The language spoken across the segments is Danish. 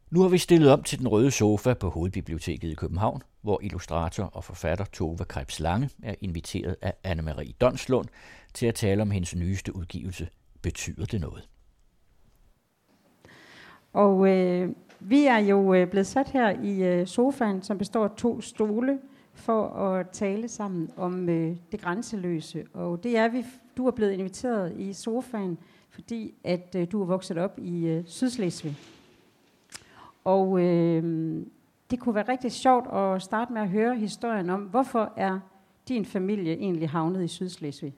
Nu har vi stillet om til den røde sofa på Hovedbiblioteket i København, hvor illustrator og forfatter Tove Krebs Lange er inviteret af Anne-Marie Donslund til at tale om hendes nyeste udgivelse, Betyder det noget? Og vi er jo blevet sat her i sofaen, som består af 2 stole, for at tale sammen om det grænseløse. Og det er du er blevet inviteret i sofaen, fordi at du er vokset op i Sydslesvig. Og det kunne være rigtig sjovt at starte med at høre historien om, hvorfor er din familie egentlig havnet i Sydslesvig?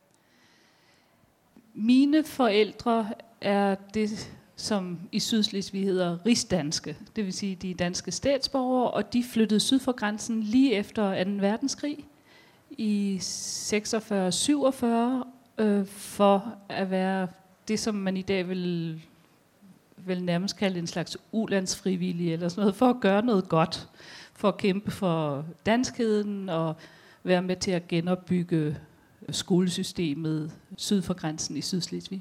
Mine forældre er det, som i Sydslesvig hedder rigsdanske. Det vil sige, de er danske statsborgere, og de flyttede syd for grænsen lige efter 2. verdenskrig i 46-47 for at være det, som man i dag vil nærmest kalde en slags ulandsfrivillige eller sådan noget, for at gøre noget godt, for at kæmpe for danskheden og være med til at genopbygge skolesystemet syd for grænsen i Sydslesvig.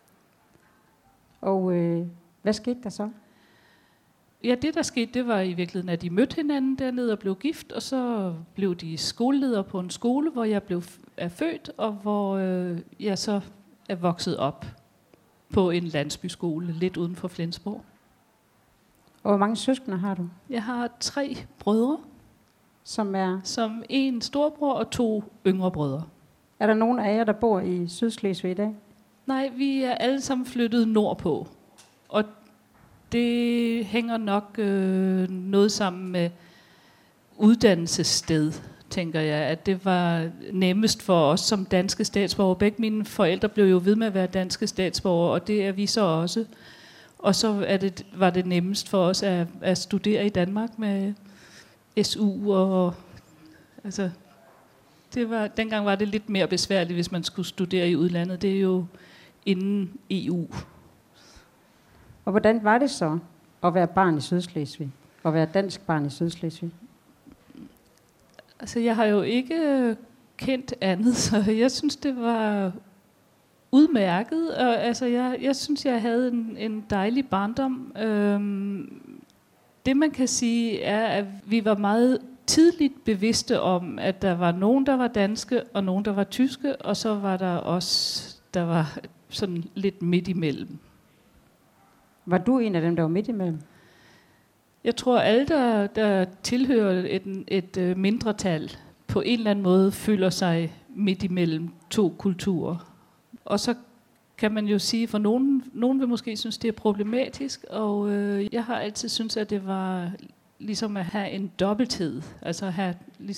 Og hvad skete der så? Ja, det der skete, det var i virkeligheden, at de mødte hinanden dernede og blev gift, og så blev de skoleledere på en skole, hvor jeg er født, og hvor jeg så er vokset op på en landsbyskole lidt uden for Flensborg. Og hvor mange søskende har du? Jeg har 3 brødre, som 1 storbror og 2 yngre brødre. Er der nogen af jer, der bor i Sydslesvig i dag? Nej, vi er alle sammen flyttet nordpå. Og det hænger nok noget sammen med uddannelsessted, tænker jeg. At det var nemmest for os som danske statsborgere. Begge mine forældre blev jo ved med at være danske statsborgere, og det er vi så også. Og så var det nemmest for os at studere i Danmark med SU. Og, altså, dengang var det lidt mere besværligt, hvis man skulle studere i udlandet. Det er jo inden EU. Og hvordan var det så at være barn i Sydslesvig? At være dansk barn i Sydslesvig? Altså, jeg har jo ikke kendt andet, så jeg synes, det var udmærket. Og, altså, jeg synes, jeg havde en dejlig barndom. Det, man kan sige, er, at vi var meget tidligt bevidste om, at der var nogen, der var danske, og nogen, der var tyske, og så var der os, der var sådan lidt midt imellem. Var du en af dem, der var midt imellem? Jeg tror, alle, der tilhører et mindretal, på en eller anden måde føler sig midt imellem 2 kulturer. Og så kan man jo sige, for nogen vil måske synes, det er problematisk, og jeg har altid syntes, at det var ligesom at have en dobbelthed, altså have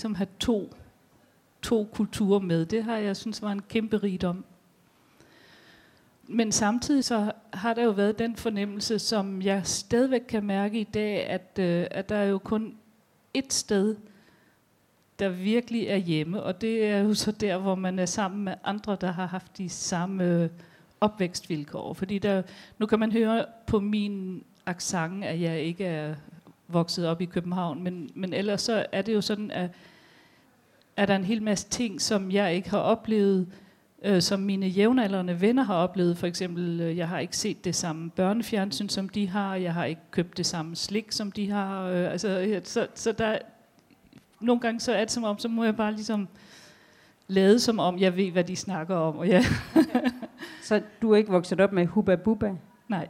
2 kulturer med. Det har jeg synes var en kæmpe rigdom. Men samtidig så har der jo været den fornemmelse, som jeg stadigvæk kan mærke i dag, at der er jo kun ét sted, der virkelig er hjemme, og det er jo så der, hvor man er sammen med andre, der har haft de samme opvækstvilkår. Fordi nu kan man høre på min accent, at jeg ikke er vokset op i København, men ellers så er det jo sådan, at er der en hel masse ting, som jeg ikke har oplevet, som mine jævnaldrende venner har oplevet. For eksempel, jeg har ikke set det samme børnefjernsyn, som de har. Jeg har ikke købt det samme slik, som de har. Så der, nogle gange så er det som om, så må jeg bare ligesom lade som om, jeg ved, hvad de snakker om. Og ja. Så du er ikke vokset op med Hubba Bubba? Nej.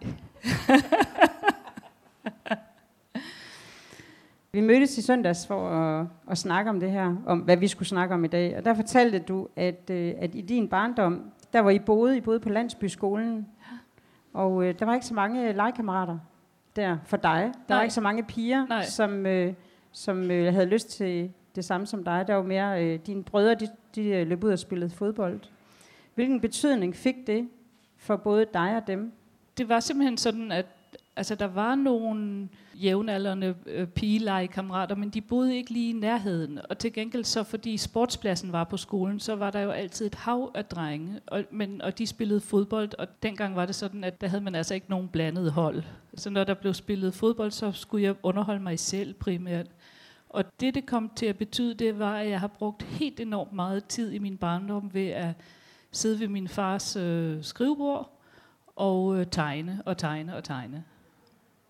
Vi mødtes i søndags for at snakke om det her, om hvad vi skulle snakke om i dag. Og der fortalte du, at i din barndom, der var I boede på landsbyskolen. Og der var ikke så mange legekammerater der for dig. Der var ikke så mange piger, som havde lyst til det samme som dig. Der var mere dine brødre, de løb ud og spillede fodbold. Hvilken betydning fik det for både dig og dem? Det var simpelthen sådan, at altså, der var nogle jævnaldrende pigelegekammerater, men de boede ikke lige i nærheden. Og til gengæld så, fordi sportspladsen var på skolen, så var der jo altid et hav af drenge, og de spillede fodbold, og dengang var det sådan, at der havde man altså ikke nogen blandede hold. Så når der blev spillet fodbold, så skulle jeg underholde mig selv primært. Og det kom til at betyde, det var, at jeg har brugt helt enormt meget tid i min barndom ved at sidde ved min fars skrivebord og tegne og tegne og tegne.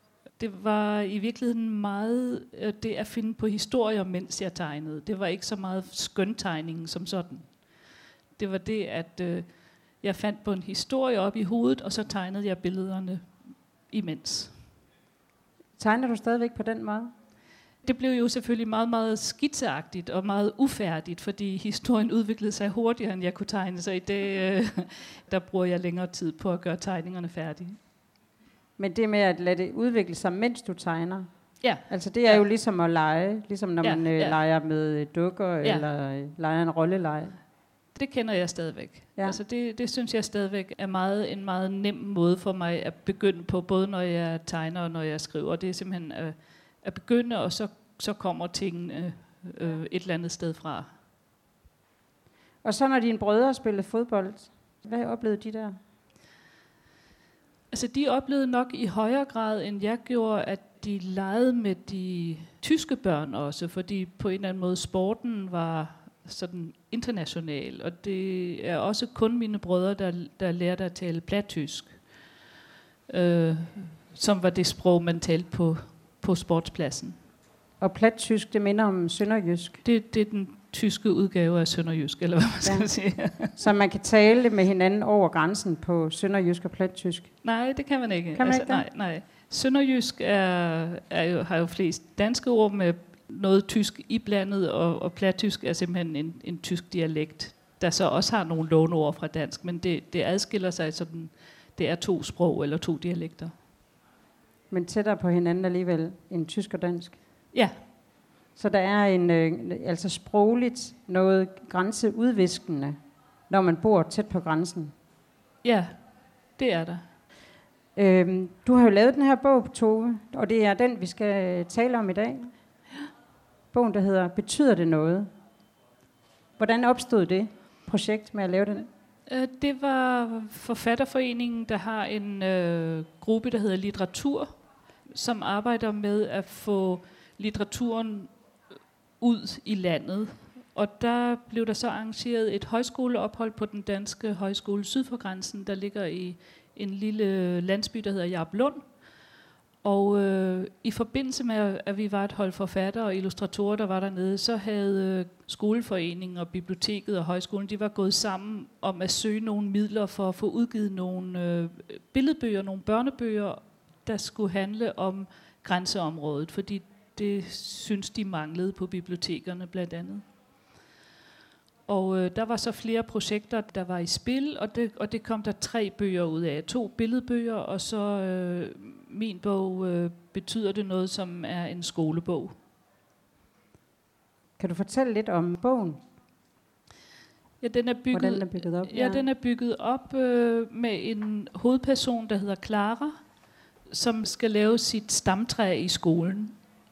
det var i virkeligheden meget det at finde på historier, mens jeg tegnede. Det var ikke så meget skøntegningen som sådan. Det var det, at jeg fandt på en historie op i hovedet, og så tegnede jeg billederne imens. Tegner du stadigvæk på den måde? Det blev jo selvfølgelig meget, meget skitseagtigt og meget ufærdigt, fordi historien udviklede sig hurtigere, end jeg kunne tegne. Så i dag, der bruger jeg længere tid på at gøre tegningerne færdige. Men det med at lade det udvikle sig, mens du tegner? Ja. Altså det er jo ligesom at lege, ligesom når man leger med dukker, eller leger en rolleleje. Det kender jeg stadigvæk. Ja. Altså det synes jeg stadigvæk er en meget nem måde for mig at begynde på, både når jeg tegner og når jeg skriver. Det er simpelthen at begynde, og så kommer tingene et eller andet sted fra. Og så når dine brødre spillede fodbold, hvad oplevede de der? Altså de oplevede nok i højere grad, end jeg gjorde, at de legede med de tyske børn også, fordi på en eller anden måde sporten var sådan international, og det er også kun mine brødre, der lærte at tale plattysk, som var det sprog, man talte på sportspladsen. Og plattysk, det minder om sønderjysk? Det er den tyske udgave af sønderjysk, eller hvad man skal sige. Så man kan tale med hinanden over grænsen på sønderjysk og plattysk? Nej, det kan man ikke. Kan man ikke det? Nej. Sønderjysk har jo flest danske ord med noget tysk iblandet, og plattysk er simpelthen en tysk dialekt, der så også har nogle låneord fra dansk, men det adskiller sig sådan, det er 2 sprog eller 2 dialekter. Men tættere på hinanden alligevel end tysk og dansk? Ja. Så der er altså sprogligt noget grænseudviskende, når man bor tæt på grænsen? Ja, det er der. Du har jo lavet den her bog, Tove, og det er den, vi skal tale om i dag. Bogen, der hedder Betyder det noget? Hvordan opstod det projekt med at lave den? Det var Forfatterforeningen, der har en gruppe, der hedder Litteratur, som arbejder med at få litteraturen ud i landet. Og der blev der så arrangeret et højskoleophold på den danske højskole syd for grænsen, der ligger i en lille landsby, der hedder Jarplund. Og i forbindelse med, at vi var et hold forfattere og illustratorer, der var dernede, så havde skoleforeningen og biblioteket og højskolen, de var gået sammen om at søge nogle midler for at få udgivet nogle billedbøger, nogle børnebøger, der skulle handle om grænseområdet, fordi det synes de manglede på bibliotekerne blandt andet. Og der var så flere projekter, der var i spil, og det kom der 3 bøger ud af. 2 billedbøger, og så min bog Betyder det noget, som er en skolebog. Kan du fortælle lidt om bogen? Ja, den er bygget, hvordan den er bygget op? Ja, den er bygget op med en hovedperson, der hedder Clara, som skal lave sit stamtræ i skolen.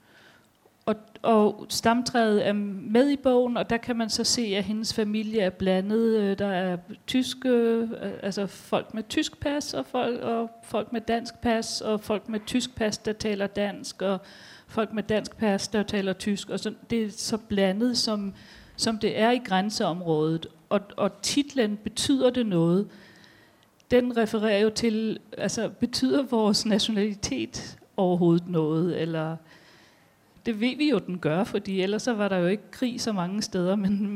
Og stamtræet er med i bogen, og der kan man så se, at hendes familie er blandet. Der er tyske, altså folk med tysk pas, og folk med dansk pas, og folk med tysk pas, der taler dansk, og folk med dansk pas, der taler tysk. Og så, det er så blandet, som det er i grænseområdet. Og titlen Betyder det noget? Den refererer jo til, altså betyder vores nationalitet overhovedet noget, eller... Det ved vi jo, den gør, fordi ellers så var der jo ikke krig så mange steder,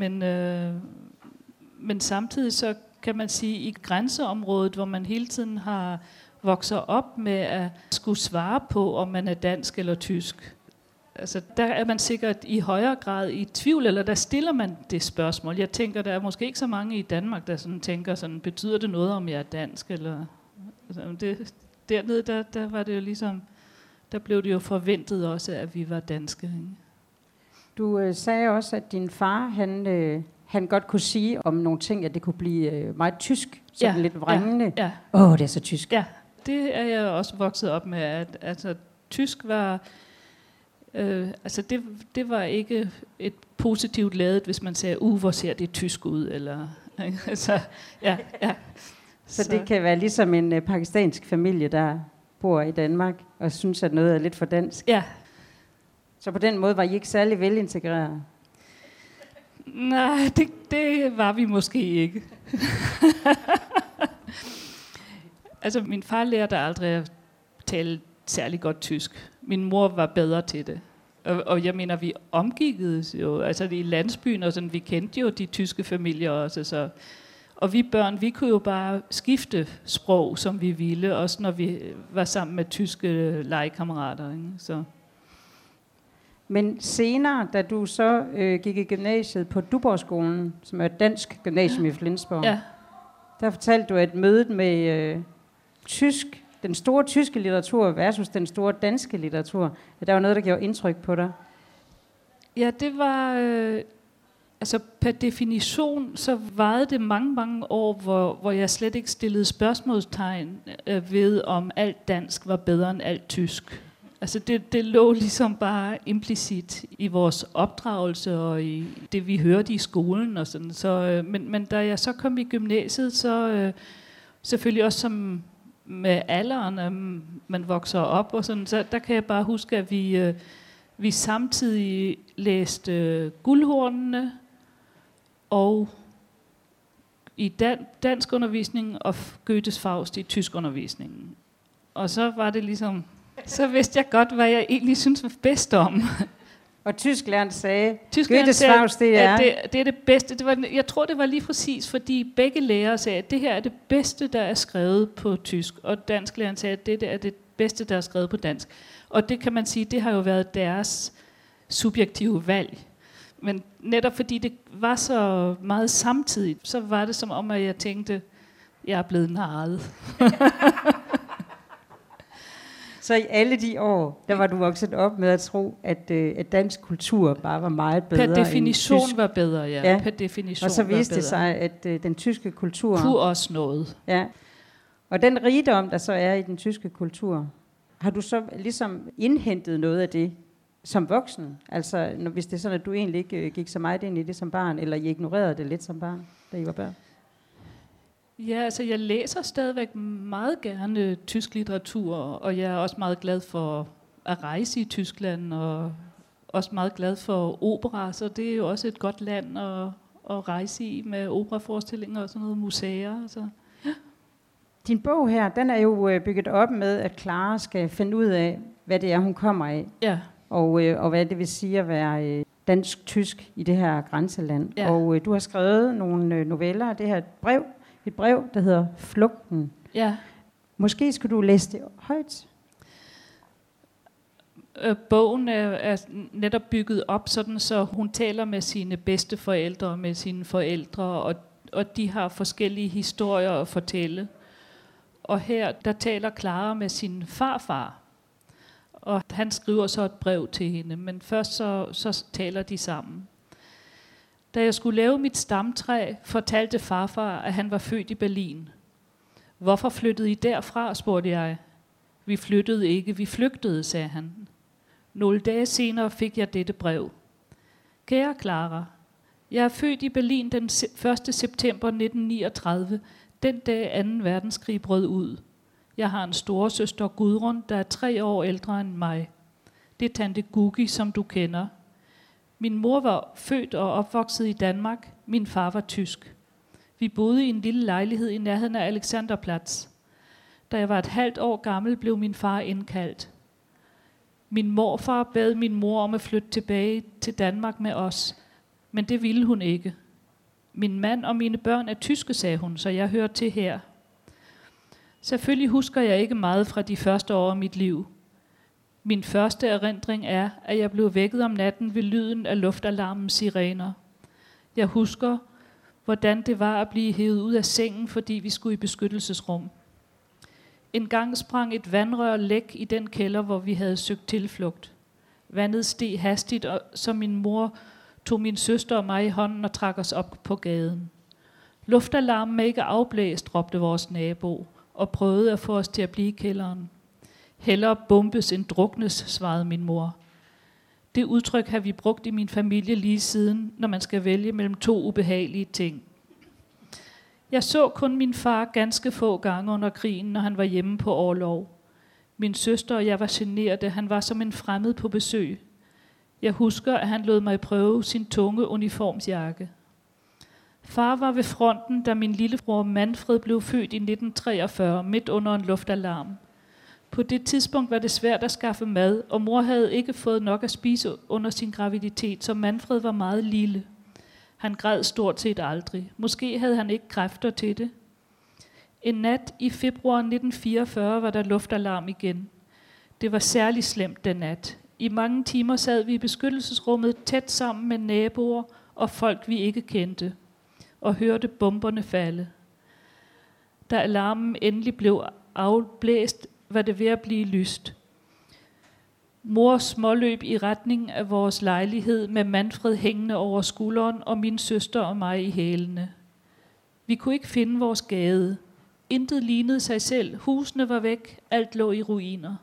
men samtidig så kan man sige, i grænseområdet, hvor man hele tiden har vokset op med at skulle svare på, om man er dansk eller tysk. Altså, der er man sikkert i højere grad i tvivl, eller der stiller man det spørgsmål. Jeg tænker, der er måske ikke så mange i Danmark, der sådan tænker, sådan, betyder det noget, om jeg er dansk? Eller, altså, dernede, der var det jo ligesom... Der blev det jo forventet også, at vi var danske. Ikke? Du sagde også, at din far, han godt kunne sige om nogle ting, at det kunne blive meget tysk, sådan lidt vrængende. Ja. Det er så tysk. Ja, det er jeg også vokset op med, at altså, tysk var... det var ikke et positivt ladet, hvis man sagde, hvor ser det tysk ud, eller... altså, ja. Så det kan være ligesom en pakistansk familie, der bor i Danmark, og synes, at noget er lidt for dansk. Ja. Så på den måde var I ikke særlig velintegreret? Nej, det var vi måske ikke. Altså, min far lærte aldrig at tale særlig godt tysk. Min mor var bedre til det. Og jeg mener, vi omgikkedes jo, altså i landsbyen, og sådan, vi kendte jo de tyske familier også, så. Og vi børn, vi kunne jo bare skifte sprog, som vi ville, også når vi var sammen med tyske legekammerater. Ikke? Så. Men senere, da du så gik i gymnasiet på Duborgskolen, som er et dansk gymnasium i Flensborg, der fortalte du, at mødet med den store tyske litteratur versus den store danske litteratur, at der var noget, der gjorde indtryk på dig. Ja, det var... Altså per definition, så varede det mange, mange år, hvor jeg slet ikke stillede spørgsmålstegn ved, om alt dansk var bedre end alt tysk. Altså det lå ligesom bare implicit i vores opdragelse og i det, vi hørte i skolen og sådan. Så, men da jeg så kom i gymnasiet, så selvfølgelig også som med alderen, man vokser op og sådan, så der kan jeg bare huske, at vi samtidig læste Guldhornene, og i dansk undervisning og Goethes Faust i tysk undervisningen. Og så var det ligesom, så vidste jeg godt, hvad jeg egentlig synes var bedst om. Og tysklæreren sagde, Goethes Faust, det er det bedste. Jeg tror, det var lige præcis, fordi begge lærere sagde, at det her er det bedste, der er skrevet på tysk. Og dansklæreren sagde, at det er det bedste, der er skrevet på dansk. Og det kan man sige, det har jo været deres subjektive valg. Men netop fordi det var så meget samtidigt, så var det som om, at jeg tænkte, jeg er blevet narret. Så i alle de år, der var du vokset op med at tro, at dansk kultur bare var meget bedre per definition end tysk. Var bedre, ja. Per definition. Og så viste det sig, at den tyske kultur kunne også noget. Ja. Og den rigdom, der så er i den tyske kultur, har du så ligesom indhentet noget af det som voksen? Altså, hvis det er sådan, at du egentlig ikke gik så meget ind i det som barn, eller I ignorerede det lidt som barn, da I var børn? Ja, altså jeg læser stadigvæk meget gerne tysk litteratur, og jeg er også meget glad for at rejse i Tyskland, og også meget glad for opera, så det er jo også et godt land at rejse i med operaforestillinger og sådan noget, museer. Så. Ja. Din bog her, den er jo bygget op med, at Clara skal finde ud af, hvad det er, hun kommer af. Ja. Og hvad det vil sige at være dansk-tysk i det her grænseland. Ja. Og du har skrevet nogle noveller, det her et brev, der hedder Flugten. Ja. Måske skulle du læse det højt? Bogen er netop bygget op sådan, så hun taler med sine bedsteforældre og med sine forældre, og de har forskellige historier at fortælle. Og her, der taler Clara med sin farfar, og han skriver så et brev til hende, men først så taler de sammen. Da jeg skulle lave mit stamtræ, fortalte farfar, at han var født i Berlin. Hvorfor flyttede I derfra, spurgte jeg. Vi flyttede ikke, vi flygtede, sagde han. Nogle dage senere fik jeg dette brev. Kære Clara, jeg er født i Berlin den 1. september 1939, den dag 2. verdenskrig brød ud. Jeg har en storesøster Gudrun, der er 3 år ældre end mig. Det er tante Gugi, som du kender. Min mor var født og opvokset i Danmark. Min far var tysk. Vi boede i en lille lejlighed i nærheden af Alexanderplatz. Da jeg var et halvt år gammel, blev min far indkaldt. Min morfar bad min mor om at flytte tilbage til Danmark med os, men det ville hun ikke. Min mand og mine børn er tyske, sagde hun, så jeg hører til her. Selvfølgelig husker jeg ikke meget fra de første år af mit liv. Min første erindring er, at jeg blev vækket om natten ved lyden af luftalarmens sirener. Jeg husker, hvordan det var at blive hævet ud af sengen, fordi vi skulle i beskyttelsesrum. En gang sprang et vandrør læk i den kælder, hvor vi havde søgt tilflugt. Vandet steg hastigt, og så min mor tog min søster og mig i hånden og trak os op på gaden. Luftalarmen er ikke afblæst, råbte vores nabo, og prøvede at få os til at blive i kælderen. Hellere bombes end druknes, svarede min mor. Det udtryk har vi brugt i min familie lige siden, når man skal vælge mellem 2 ubehagelige ting. Jeg så kun min far ganske få gange under krigen, når han var hjemme på orlov. Min søster og jeg var generede, han var som en fremmed på besøg. Jeg husker, at han lod mig prøve sin tunge uniformsjakke. Far var ved fronten, da min lillebror Manfred blev født i 1943, midt under en luftalarm. På det tidspunkt var det svært at skaffe mad, og mor havde ikke fået nok at spise under sin graviditet, så Manfred var meget lille. Han græd stort set aldrig. Måske havde han ikke kræfter til det. En nat i februar 1944 var der luftalarm igen. Det var særlig slemt den nat. I mange timer sad vi i beskyttelsesrummet tæt sammen med naboer og folk, vi ikke kendte, og hørte bomberne falde. Da alarmen endelig blev afblæst, var det ved at blive lyst. Mor småløb i retning af vores lejlighed med Manfred hængende over skulderen og min søster og mig i hælene. Vi kunne ikke finde vores gade. Intet lignede sig selv. Husene var væk. Alt lå i ruiner.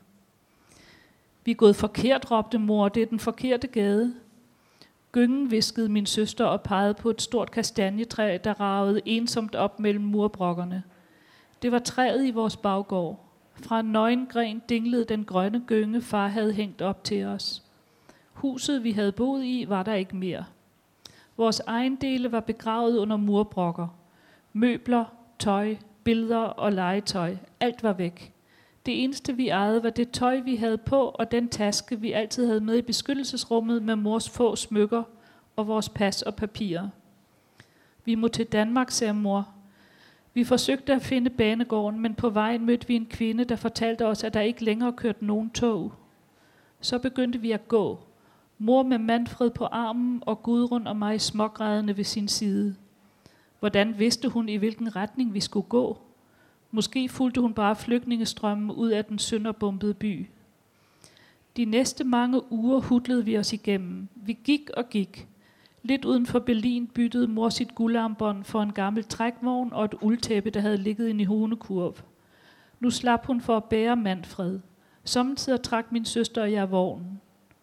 Vi er gået forkert, råbte mor. Det er den forkerte gade. Gyngen viskede min søster og pegede på et stort kastanjetræ, der ragede ensomt op mellem murbrokkerne. Det var træet i vores baggård. Fra en nøgengren dinglede den grønne gynge, far havde hængt op til os. Huset, vi havde boet i, var der ikke mere. Vores ejendele var begravet under murbrokker. Møbler, tøj, billeder og legetøj. Alt var væk. Det eneste, vi ejede, var det tøj, vi havde på, og den taske, vi altid havde med i beskyttelsesrummet med mors få smykker og vores pas og papirer. Vi må til Danmark, sagde mor. Vi forsøgte at finde banegården, men på vejen mødte vi en kvinde, der fortalte os, at der ikke længere kørte nogen tog. Så begyndte vi at gå. Mor med Manfred på armen og Gudrun og mig smågrædende ved sin side. Hvordan vidste hun, i hvilken retning vi skulle gå? Måske fulgte hun bare flygtningestrømmen ud af den sønderbombede by. De næste mange uger hudlede vi os igennem. Vi gik og gik. Lidt uden for Berlin byttede mor sit guldarmbånd for en gammel trækvogn og et uldtæppe, der havde ligget i en hunekurv. Nu slap hun for at bære Manfred. Sommetider trak min søster og jeg vognen.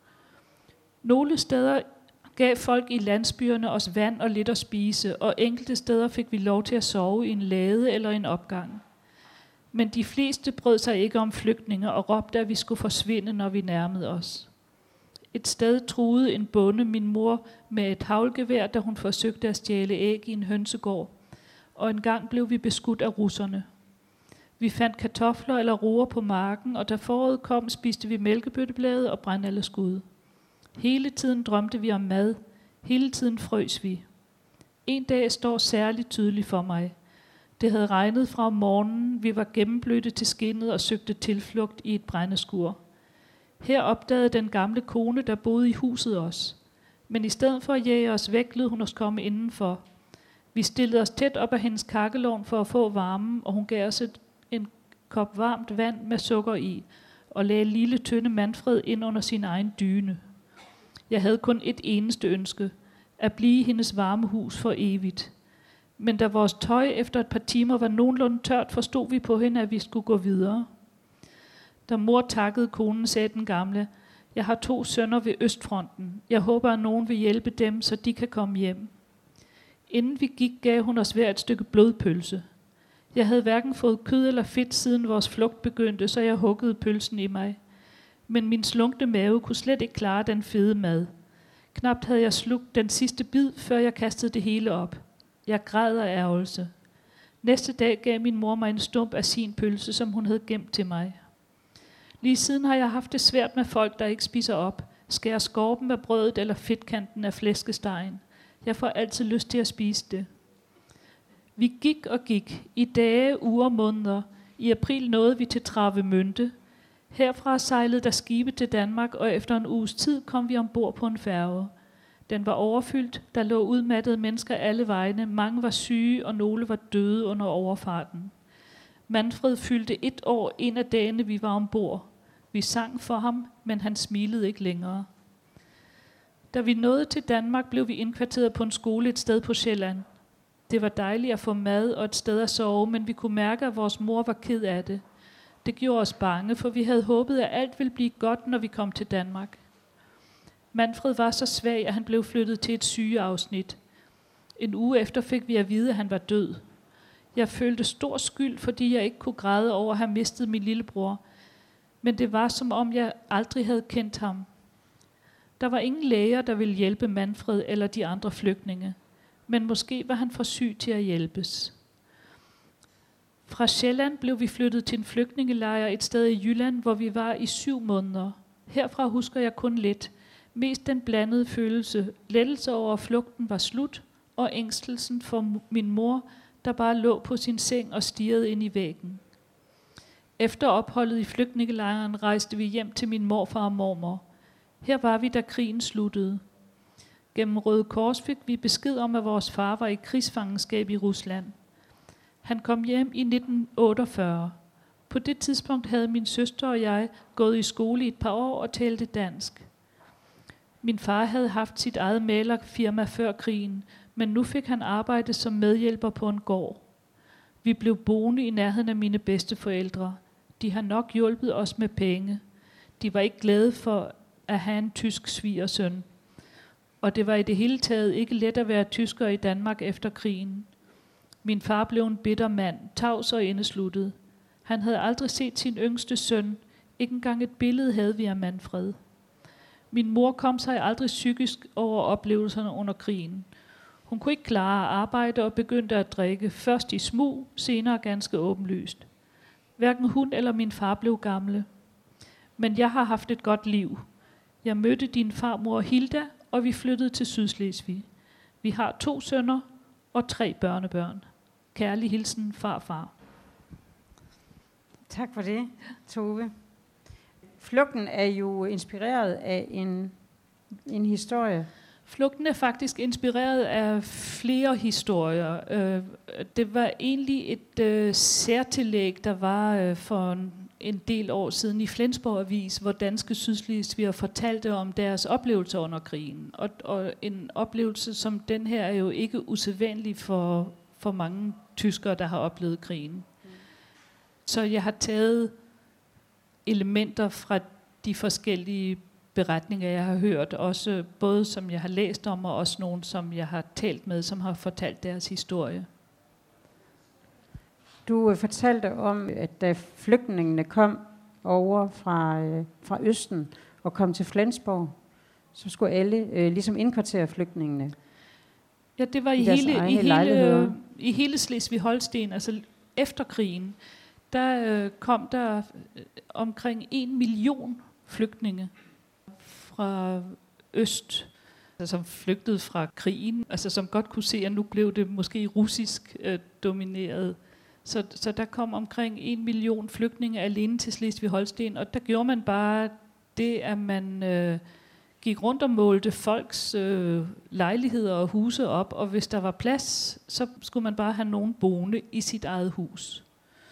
Nogle steder gav folk i landsbyerne os vand og lidt at spise, og enkelte steder fik vi lov til at sove i en lade eller en opgang. Men de fleste brød sig ikke om flygtninge og råbte, at vi skulle forsvinde, når vi nærmede os. Et sted truede en bonde min mor med et haglgevær, da hun forsøgte at stjæle æg i en hønsegård, og en gang blev vi beskudt af russerne. Vi fandt kartofler eller roer på marken, og da foråret kom, spiste vi mælkebøtteblade og brændaleskud. Hele tiden drømte vi om mad. Hele tiden frøs vi. En dag står særligt tydeligt for mig. Det havde regnet fra om morgenen. Vi var gennemblødte til skindet og søgte tilflugt i et brændeskur. Her opdagede den gamle kone, der boede i huset os. Men i stedet for at jage os væk, lod hun os komme indenfor. Vi stillede os tæt op af hendes kakkelovn for at få varmen, og hun gav os en kop varmt vand med sukker i, og lagde lille tynde Manfred ind under sin egen dyne. Jeg havde kun et eneste ønske, at blive i hendes varme hus for evigt. Men da vores tøj efter et par timer var nogenlunde tørt, forstod vi på hende, at vi skulle gå videre. Da mor takkede konen, sagde den gamle, jeg har 2 sønner ved Østfronten. Jeg håber, at nogen vil hjælpe dem, så de kan komme hjem. Inden vi gik, gav hun os hver et stykke blodpølse. Jeg havde hverken fået kød eller fedt, siden vores flugt begyndte, så jeg huggede pølsen i mig. Men min slunkne mave kunne slet ikke klare den fede mad. Knapt havde jeg slugt den sidste bid, før jeg kastede det hele op. Jeg græd af ærgelse. Næste dag gav min mor mig en stump af sin pølse, som hun havde gemt til mig. Lige siden har jeg haft det svært med folk, der ikke spiser op, skærer skorpen af brødet eller fedtkanten af flæskestegen. Jeg får altid lyst til at spise det. Vi gik og gik, i dage, uger, måneder. I april nåede vi til Travemünde. Herfra sejlede der skibe til Danmark, og efter en uges tid kom vi ombord på en færge. Den var overfyldt, der lå udmattede mennesker alle vegne, mange var syge, og nogle var døde under overfarten. Manfred fyldte 1 år en af dagene, vi var ombord. Vi sang for ham, men han smilede ikke længere. Da vi nåede til Danmark, blev vi indkvarteret på en skole et sted på Sjælland. Det var dejligt at få mad og et sted at sove, men vi kunne mærke, at vores mor var ked af det. Det gjorde os bange, for vi havde håbet, at alt ville blive godt, når vi kom til Danmark. Manfred var så svag, at han blev flyttet til et sygeafsnit. En uge efter fik vi at vide, at han var død. Jeg følte stor skyld, fordi jeg ikke kunne græde over at have mistet min lillebror. Men det var, som om jeg aldrig havde kendt ham. Der var ingen læger, der ville hjælpe Manfred eller de andre flygtninge. Men måske var han for syg til at hjælpes. Fra Sjælland blev vi flyttet til en flygtningelejr et sted i Jylland, hvor vi var i 7 måneder. Herfra husker jeg kun lidt. Mest den blandede følelse. Lettelse over flugten var slut, og ængstelsen for min mor, der bare lå på sin seng og stirrede ind i væggen. Efter opholdet i flygtningelejren rejste vi hjem til min morfar og mormor. Her var vi, da krigen sluttede. Gennem Røde Kors fik vi besked om, at vores far var i krigsfangenskab i Rusland. Han kom hjem i 1948. På det tidspunkt havde min søster og jeg gået i skole i et par år og talte dansk. Min far havde haft sit eget malerfirma før krigen, men nu fik han arbejde som medhjælper på en gård. Vi blev boende i nærheden af mine bedsteforældre. De har nok hjulpet os med penge. De var ikke glade for at have en tysk svigersøn. Og det var i det hele taget ikke let at være tysker i Danmark efter krigen. Min far blev en bitter mand, tavs og indesluttet. Han havde aldrig set sin yngste søn. Ikke engang et billede havde vi af Manfred. Min mor kom sig aldrig psykisk over oplevelserne under krigen. Hun kunne ikke klare at arbejde og begyndte at drikke, først i smug, senere ganske åbenlyst. Hverken hun eller min far blev gamle. Men jeg har haft et godt liv. Jeg mødte din farmor Hilda, og vi flyttede til Sydslesvig. Vi har 2 sønner og 3 børnebørn. Kærlig hilsen, farfar. Tak for det, Tove. Flugten er jo inspireret af en historie. Flugten er faktisk inspireret af flere historier. Det var egentlig et særtillæg, der var for en del år siden i Flensborg Avis, hvor danske sydslesvigere fortalte om deres oplevelser under krigen. Og en oplevelse som den her er jo ikke usædvanlig for mange tyskere, der har oplevet krigen. Så jeg har taget elementer fra de forskellige beretninger, jeg har hørt, også både som jeg har læst om, og også nogle, som jeg har talt med, som har fortalt deres historie. Du fortalte om, at da flygtningene kom over fra Østen og kom til Flensborg, så skulle alle ligesom indkvartere flygtningene. Ja, det var i hele Slesvig-Holsten, altså efter krigen, der kom der omkring 1 million flygtninge fra øst, altså som flygtede fra krigen, altså som godt kunne se, at nu blev det måske russisk domineret. Så der kom omkring 1 million flygtninge alene til Slesvig-Holsten, og der gjorde man bare det, at man gik rundt og målte folks lejligheder og huse op, og hvis der var plads, så skulle man bare have nogen boende i sit eget hus.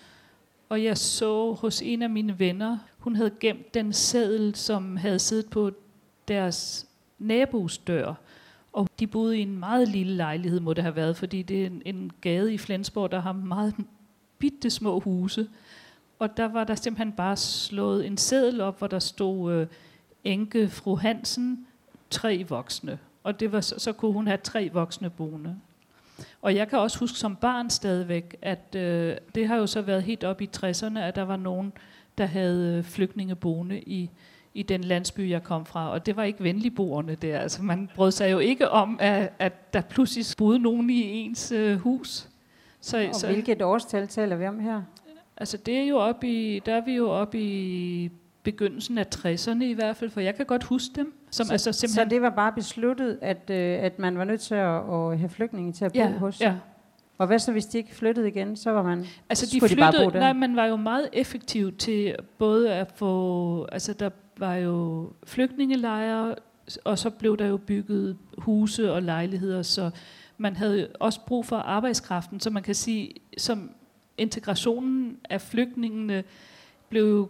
Og jeg så hos en af mine venner, hun havde gemt den seddel, som havde siddet på deres nabos dør. Og de boede i en meget lille lejlighed, må det have været, fordi det er en gade i Flensborg, der har meget bitte små huse. Og der var der simpelthen bare slået en seddel op, hvor der stod enke fru Hansen, 3 voksne. Og det var så kunne hun have 3 voksne boende. Og jeg kan også huske som barn stadigvæk, at det har jo så været helt op i 60'erne, at der var nogen, der havde flygtninge boende i den landsby, jeg kom fra. Og det var ikke venligboerne der. Altså man brød sig jo ikke om, at der pludselig boede nogen i ens hus. Så hvilket årstal taler vi om her? Altså det er jo der er vi jo oppe i begyndelsen af 60'erne i hvert fald, for jeg kan godt huske dem. Så det var bare besluttet, at man var nødt til at have flygtninge til at bo hos? Ja. Og hvad så, hvis de ikke flyttede igen? Så var man, skulle de bare bo der? Nej, man var jo meget effektiv til både at få... Altså der var jo flygtningelejre, og så blev der jo bygget huse og lejligheder, så man havde også brug for arbejdskraften, så man kan sige, som integrationen af flygtningene blev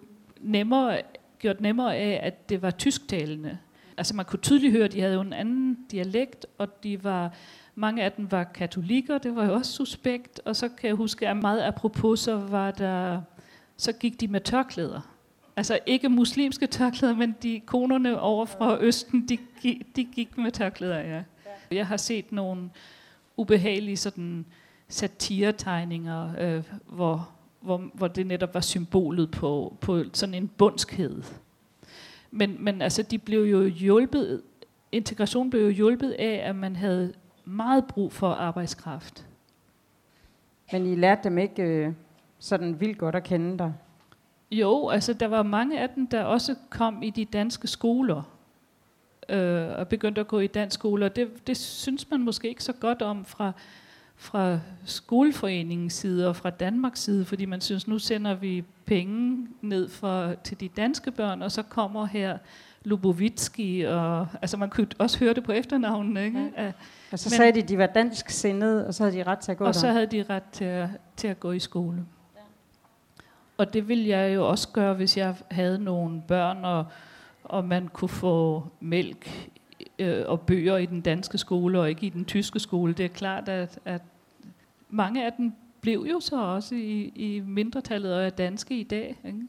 gjort nemmere af, at det var tysktalende. Altså man kunne tydeligt høre, at de havde jo en anden dialekt, og mange af dem var katolikker, det var jo også suspekt, og så kan jeg huske, at meget apropos, så gik de med tørklæder. Altså ikke muslimske tørklæder, men de konerne over fra Østen, de gik med tørklæder, ja. Jeg har set nogle ubehagelige sådan satiretegninger, hvor det netop var symbolet på sådan en bundskhed. Men altså de blev jo hjulpet, integrationen blev jo hjulpet af, at man havde meget brug for arbejdskraft. Men I lærte dem ikke sådan vildt godt at kende dig. Jo, altså der var mange af dem, der også kom i de danske skoler, og begyndte at gå i dansk skoler. Det synes man måske ikke så godt om fra skoleforeningens side og fra Danmarks side, fordi man synes, nu sender vi penge ned til de danske børn, og så kommer her Lubovitsky, og altså man kunne også høre det på efternavnene, ikke? Ja. Og så sagde de var dansk sindede, og så havde de ret til at gå der. Og så havde de ret til at gå i skole. Ja. Og det ville jeg jo også gøre, hvis jeg havde nogle børn, og man kunne få mælk og bøger i den danske skole, og ikke i den tyske skole. Det er klart, at mange af dem blev jo så også i mindretallet og er danske i dag, ikke?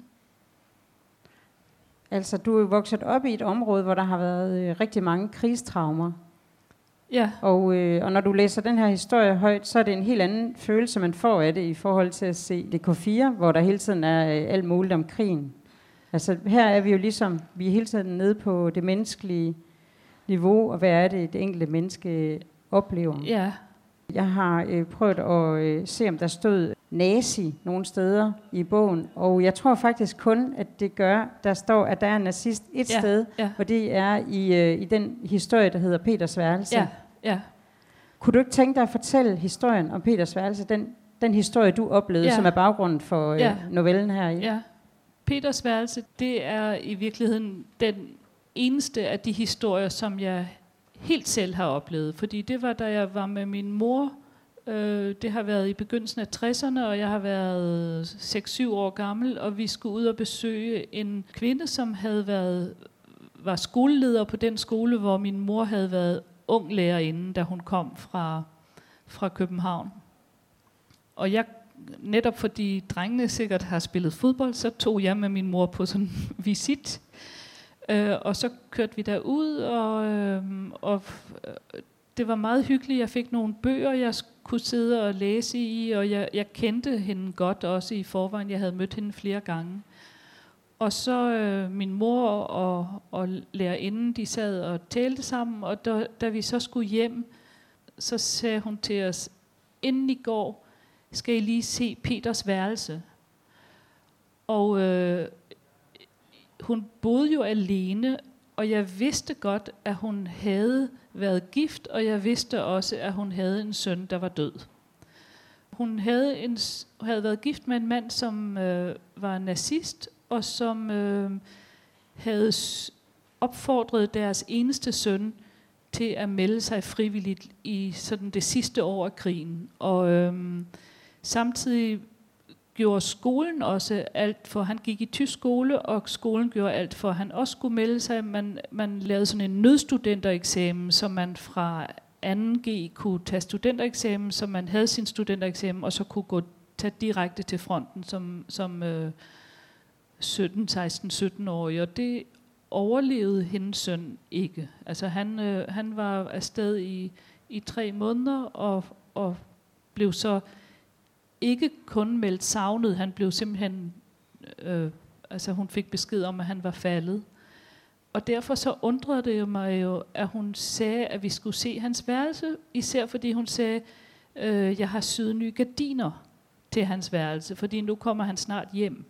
Altså, du er jo vokset op i et område, hvor der har været rigtig mange krigstraumer. Ja. Og når du læser den her historie højt, så er det en helt anden følelse, man får af det i forhold til at se DK4, hvor der hele tiden er alt muligt om krigen. Altså, her er vi jo ligesom, vi er hele tiden nede på det menneskelige niveau, og hvad er det enkelte menneske oplever. Ja. Jeg har prøvet at se, om der stod nazi nogle steder i bogen, og jeg tror faktisk kun, at det gør, der står, at der er en nazist et sted, og det er i den historie, der hedder Peters værelse. Ja, ja. Kunne du ikke tænke dig at fortælle historien om Peters værelse, den historie, du oplevede, som er baggrunden for novellen her i? Ja. Peters værelse, det er i virkeligheden den eneste af de historier, som jeg helt selv har oplevet. Fordi det var, da jeg var med min mor. Det har været i begyndelsen af 60'erne, og jeg har været 6-7 år gammel, og vi skulle ud og besøge en kvinde, som var skoleleder på den skole, hvor min mor havde været ung lærerinde, da hun kom fra København. Og jeg, netop fordi drengene sikkert har spillet fodbold, så tog jeg med min mor på sådan en visit. Og så kørte vi derud, og det var meget hyggeligt. Jeg fik nogle bøger, jeg kunne sidde og læse i, og jeg kendte hende godt også i forvejen. Jeg havde mødt hende flere gange. Og så min mor og lærerinden, de sad og talte sammen, og da vi så skulle hjem, så sagde hun til os, inden I går, skal I lige se Peters værelse. Og hun boede jo alene, og jeg vidste godt, at hun havde været gift, og jeg vidste også, at hun havde en søn, der var død. Hun havde været gift med en mand, som var nazist, og som havde opfordret deres eneste søn til at melde sig frivilligt i sådan det sidste år af krigen. Og samtidig gjorde skolen også alt for, han gik i tysk skole, og skolen gjorde alt for, han også skulle melde sig. Man lavede sådan en nødstudentereksamen, så man fra 2G kunne tage studentereksamen, så man havde sin studentereksamen, og så kunne tage direkte til fronten som 17-16-17-årig, og det overlevede hendes søn ikke. Altså han var afsted i 3 måneder, og blev så ikke kun meldt savnet, han blev simpelthen, hun fik besked om, at han var faldet. Og derfor så undrede det jo mig jo, at hun sagde, at vi skulle se hans værelse, især fordi hun sagde, jeg har syet nye gardiner til hans værelse, fordi nu kommer han snart hjem.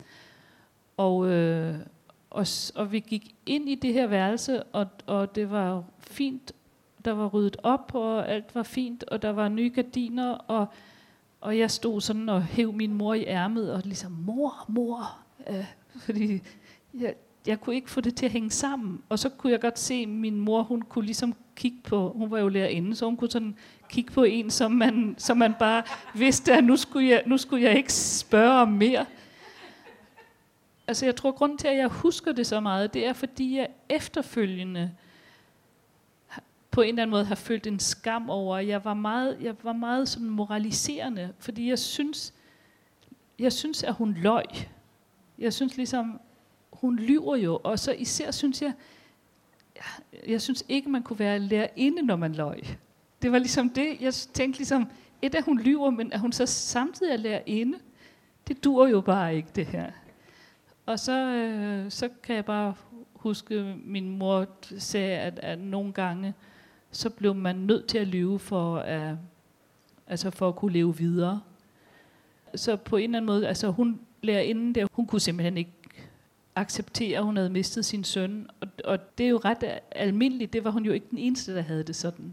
Og vi gik ind i det her værelse, og det var fint, der var ryddet op, og alt var fint, og der var nye gardiner, og jeg stod sådan og hæv min mor i ærmet, og ligesom, mor, fordi jeg kunne ikke få det til at hænge sammen. Og så kunne jeg godt se, at min mor, hun kunne ligesom kigge på, hun var jo lærerinde, så hun kunne sådan kigge på en, som man bare vidste, at nu skulle jeg ikke spørge om mere. Altså jeg tror, grunden til, at jeg husker det så meget, det er, fordi jeg efterfølgende på en eller anden måde har følt en skam over, at jeg var meget sådan moraliserende, fordi jeg synes, at hun løj. Jeg synes ligesom, hun lyver jo, og så især synes jeg synes ikke, man kunne være lærerinde, når man løj. Det var ligesom det, jeg tænkte ligesom, at hun lyver, men at hun så samtidig er lærerinde, det dur jo bare ikke, det her. Og så kan jeg bare huske, min mor sagde, at nogle gange, så blev man nødt til at lyve for at kunne leve videre. Så på en eller anden måde, altså hun lærerinden der, hun kunne simpelthen ikke acceptere, at hun havde mistet sin søn. Og det er jo ret almindeligt. Det var hun jo ikke den eneste, der havde det sådan.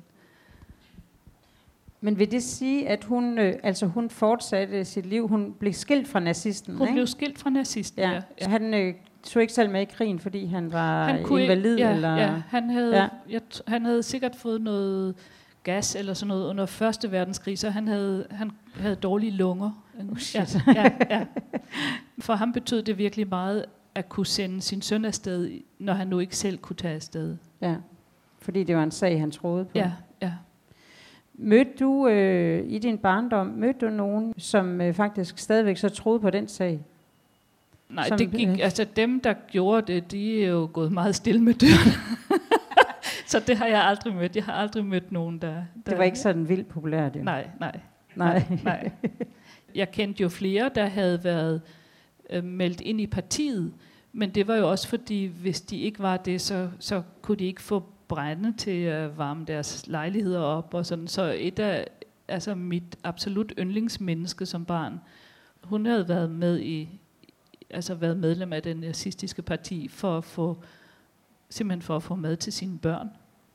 Men vil det sige, at hun fortsatte sit liv? Hun blev skilt fra nazisten, Hun ikke? blev skilt fra nazisten, ja. Så han tog ikke selv med i krigen, fordi han var invalid? Eller? Han havde sikkert fået noget gas eller sådan noget under Første Verdenskrig, så han havde dårlige lunger. Ja. For ham betød det virkelig meget at kunne sende sin søn afsted, når han nu ikke selv kunne tage afsted. Ja, fordi det var en sag, han troede på. Ja. Mødte du i din barndom, nogen, som faktisk stadigvæk så troede på den sag? Nej, dem, der gjorde det, de er jo gået meget stille med døren. Så det har jeg aldrig mødt. Jeg har aldrig mødt nogen, der... Det var ikke sådan vildt populært, jo? Nej. Jeg kendte jo flere, der havde været meldt ind i partiet, men det var jo også fordi, hvis de ikke var det, så kunne de ikke få brænde til at varme deres lejligheder op og sådan. Så et af mit absolut yndlingsmenneske som barn, hun havde været været medlem af det nazistiske parti for at få mad til sine børn.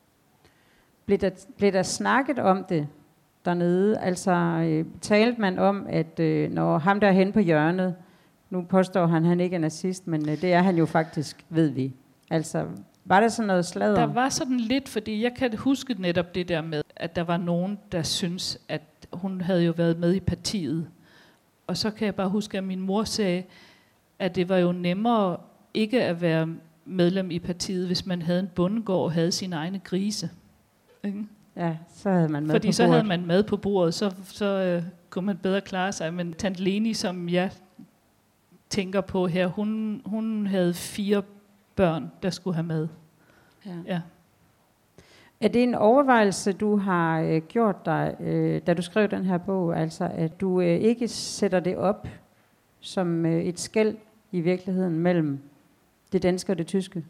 Blev der snakket om det dernede? Altså talte man om, at når ham der er henne på hjørnet, nu påstår han ikke er nazist, men det er han jo faktisk, ved vi. Altså, var der sådan noget sladder? Der var sådan lidt, fordi jeg kan huske netop det der med, at der var nogen, der synes, at hun havde jo været med i partiet. Og så kan jeg bare huske, at min mor sagde, at det var jo nemmere ikke at være medlem i partiet, hvis man havde en bondegård og havde sine egne grise. Ikke? Ja, så havde man mad fordi på bordet. så havde man mad på bordet, så kunne man bedre klare sig. Men tante Leni, som jeg tænker på her, hun havde 4 børn, der skulle have mad. Ja. Er det en overvejelse, du har gjort dig, da du skrev den her bog, altså at du ikke sætter det op som et skel i virkeligheden mellem det danske og det tyske?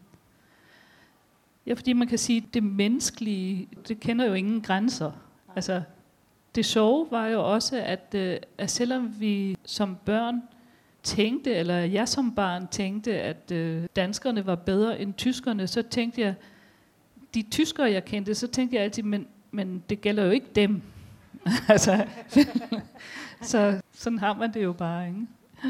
Ja, fordi man kan sige, at det menneskelige, det kender jo ingen grænser. Altså, det sjove var jo også, at selvom vi som børn tænkte, eller jeg som barn tænkte, at danskerne var bedre end tyskerne, så tænkte jeg, de tyskere jeg kendte, så tænkte jeg altid, men det gælder jo ikke dem. Altså, så sådan har man det jo bare, ikke?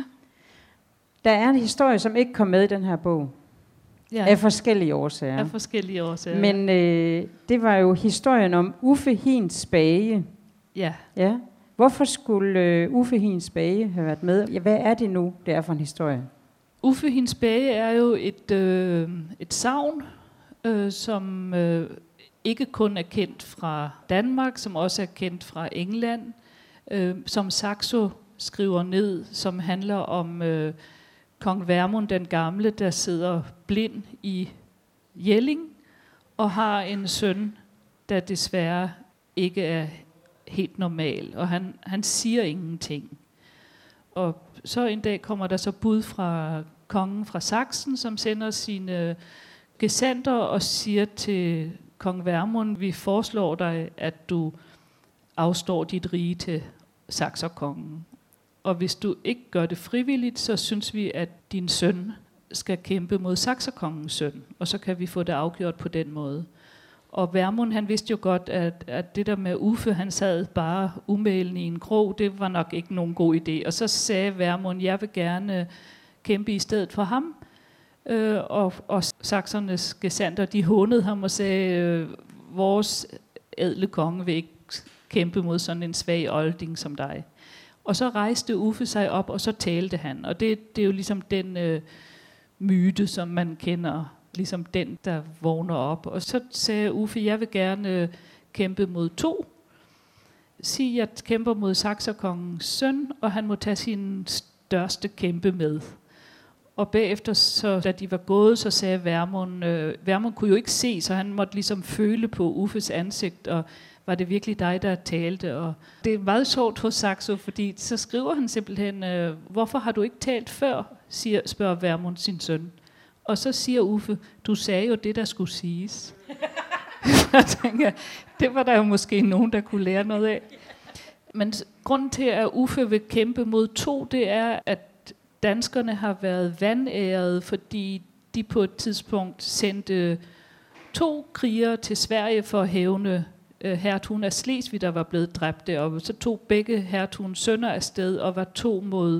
Der er en historie, som ikke kom med i den her bog. Ja. Af forskellige årsager. Men det var jo historien om Uffe Hiens Bage. Ja. Hvorfor skulle Uffe Hiens Bage have været med? Ja, hvad er det nu, det er for en historie? Uffe Hiens Bage er jo et sagn, som ikke kun er kendt fra Danmark, som også er kendt fra England, som Saxo skriver ned, som handler om kong Vermund den gamle, der sidder blind i Jelling og har en søn, der desværre ikke er helt normal, og han siger ingenting. Og så en dag kommer der så bud fra kongen fra Sachsen, som sender sine gesandter og siger til kong Vermund, vi foreslår dig, at du afstår dit rige til sakserkongen. Og hvis du ikke gør det frivilligt, så synes vi, at din søn skal kæmpe mod sakserkongens søn, og så kan vi få det afgjort på den måde. Og Vermund, han vidste jo godt, at det der med Uffe, han sad bare umælende i en krog, det var nok ikke nogen god idé. Og så sagde Vermund, jeg vil gerne kæmpe i stedet for ham. Og saksernes gesandter, de hånede ham og sagde, vores ædle konge vil ikke kæmpe mod sådan en svag olding som dig. Og så rejste Uffe sig op, og så talte han. Og det er jo ligesom den myte, som man kender, ligesom den, der vågner op. Og så sagde Uffe, jeg vil gerne kæmpe mod 2. Sig, jeg kæmper mod sakserkongens søn, og han må tage sin største kæmpe med. Og bagefter, så, da de var gået, så sagde Vermund kunne jo ikke se, så han måtte ligesom føle på Uffes ansigt, og var det virkelig dig, der talte? Og det er meget sjovt hos Saxo, fordi så skriver han simpelthen, hvorfor har du ikke talt før, spørger Vermund sin søn. Og så siger Uffe, du sagde jo det, der skulle siges. Jeg tænker, det var der jo måske nogen, der kunne lære noget af. Men grunden til, at Uffe vil kæmpe mod 2, det er, at danskerne har været vanærede, fordi de på et tidspunkt sendte 2 krigere til Sverige for at hævne hertugen af Slesvig, der var blevet dræbt deroppe. Så tog begge hertugens sønner afsted og var 2 mod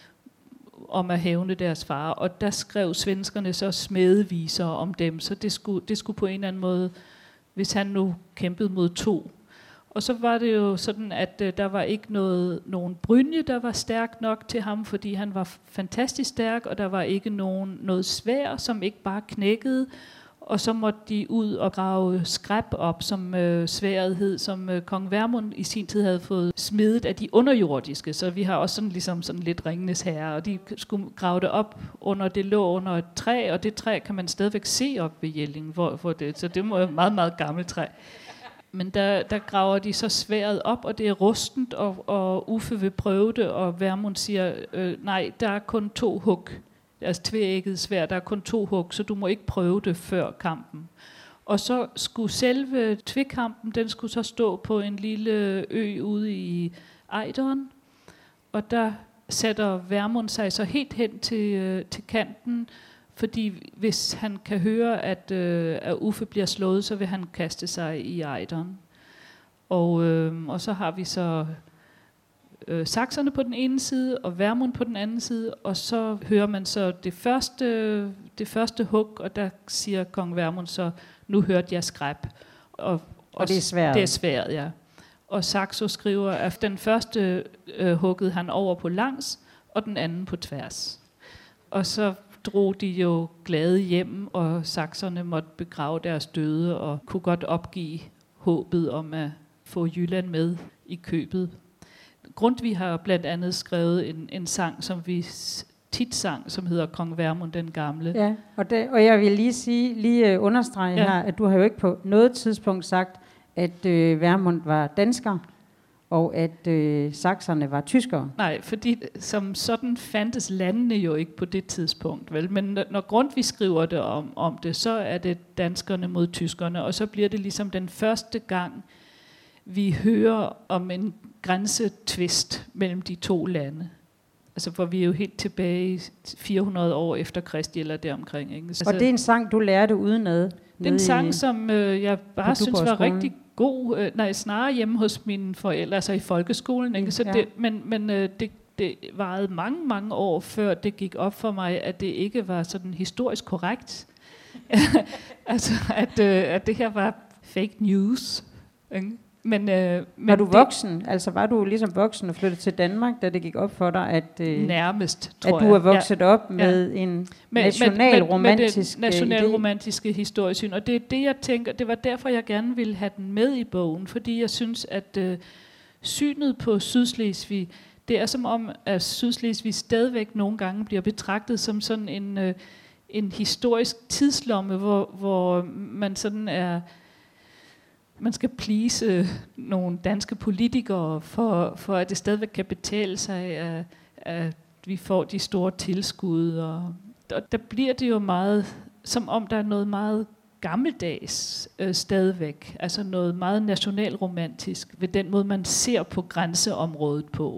om at hævne deres far. Og der skrev svenskerne så smedeviser om dem, så det skulle på en eller anden måde, hvis han nu kæmpede mod 2. Og så var det jo sådan, at der var ikke nogen brynje, der var stærk nok til ham, fordi han var fantastisk stærk, og der var ikke noget sværd, som ikke bare knækkede. Og så måtte de ud og grave skræp op, som sværdet hed, som kong Vermund i sin tid havde fået smidet af de underjordiske. Så vi har også sådan lidt Ringenes Herre, og de skulle grave det op det lå under et træ, og det træ kan man stadigvæk se op ved Jelling, så det må være et meget, meget gammelt træ. Men der graver de så sværdet op, og det er rustent, og Uffe vil prøve det, og Vermund siger, nej, der er kun 2 hug. Altså tveægget sværd, der er kun 2 hug, så du må ikke prøve det før kampen. Og så skulle selve tvekampen, den skulle så stå på en lille ø ude i Ejderen, og der sætter Vermund sig så helt hen til kanten, fordi hvis han kan høre, at Uffe bliver slået, så vil han kaste sig i Ejderen. Og så har vi så sakserne på den ene side, og Vermund på den anden side, og så hører man så det første hug, og der siger kong Vermund så, nu hørte jeg skræp. Og det er svært. Det er svært, ja. Og Saxo skriver, at den første huggede han over på langs, og den anden på tværs. Og så drog de jo glade hjem, og sakserne måtte begrave deres døde, og kunne godt opgive håbet om at få Jylland med i købet. Grundtvig har blandt andet skrevet en sang, som vi tit sang, som hedder Kong Vermund den Gamle. Ja, og jeg vil lige understrege her, at du har jo ikke på noget tidspunkt sagt, at Vermund var dansker, og at sakserne var tyskere. Nej, fordi som sådan fandtes landene jo ikke på det tidspunkt, vel? Men når Grundtvig skriver det om det, så er det danskerne mod tyskerne, og så bliver det ligesom den første gang, vi hører om en grænsetvist mellem de 2 lande. Altså, for vi er jo helt tilbage 400 år efter Kristi eller deromkring. Ikke? Altså, og det er en sang, du lærte udenad? Det er en sang, som jeg bare synes var rigtig god. Snarere hjemme hos mine forældre, altså i folkeskolen. Ikke? Så det varede mange, mange år, før det gik op for mig, at det ikke var sådan historisk korrekt. Altså, at det her var fake news. Ikke? Men var du voksen? Altså var du ligesom voksen og flyttede til Danmark, da det gik op for dig, at nærmest, tror jeg. At du er vokset op med en nationalromantisk nationalromantiske historiesyn. Og det er det, jeg tænker, det var derfor, jeg gerne ville have den med i bogen, fordi jeg synes, at synet på Sydslesvig, det er som om, at Sydslesvig stadigvæk nogle gange bliver betragtet som sådan en historisk tidslomme, hvor man sådan man skal please nogle danske politikere, for at det stadigvæk kan betale sig, at vi får de store tilskud. Og der bliver det jo meget, som om der er noget meget gammeldags stadigvæk. Altså noget meget nationalromantisk ved den måde, man ser på grænseområdet på.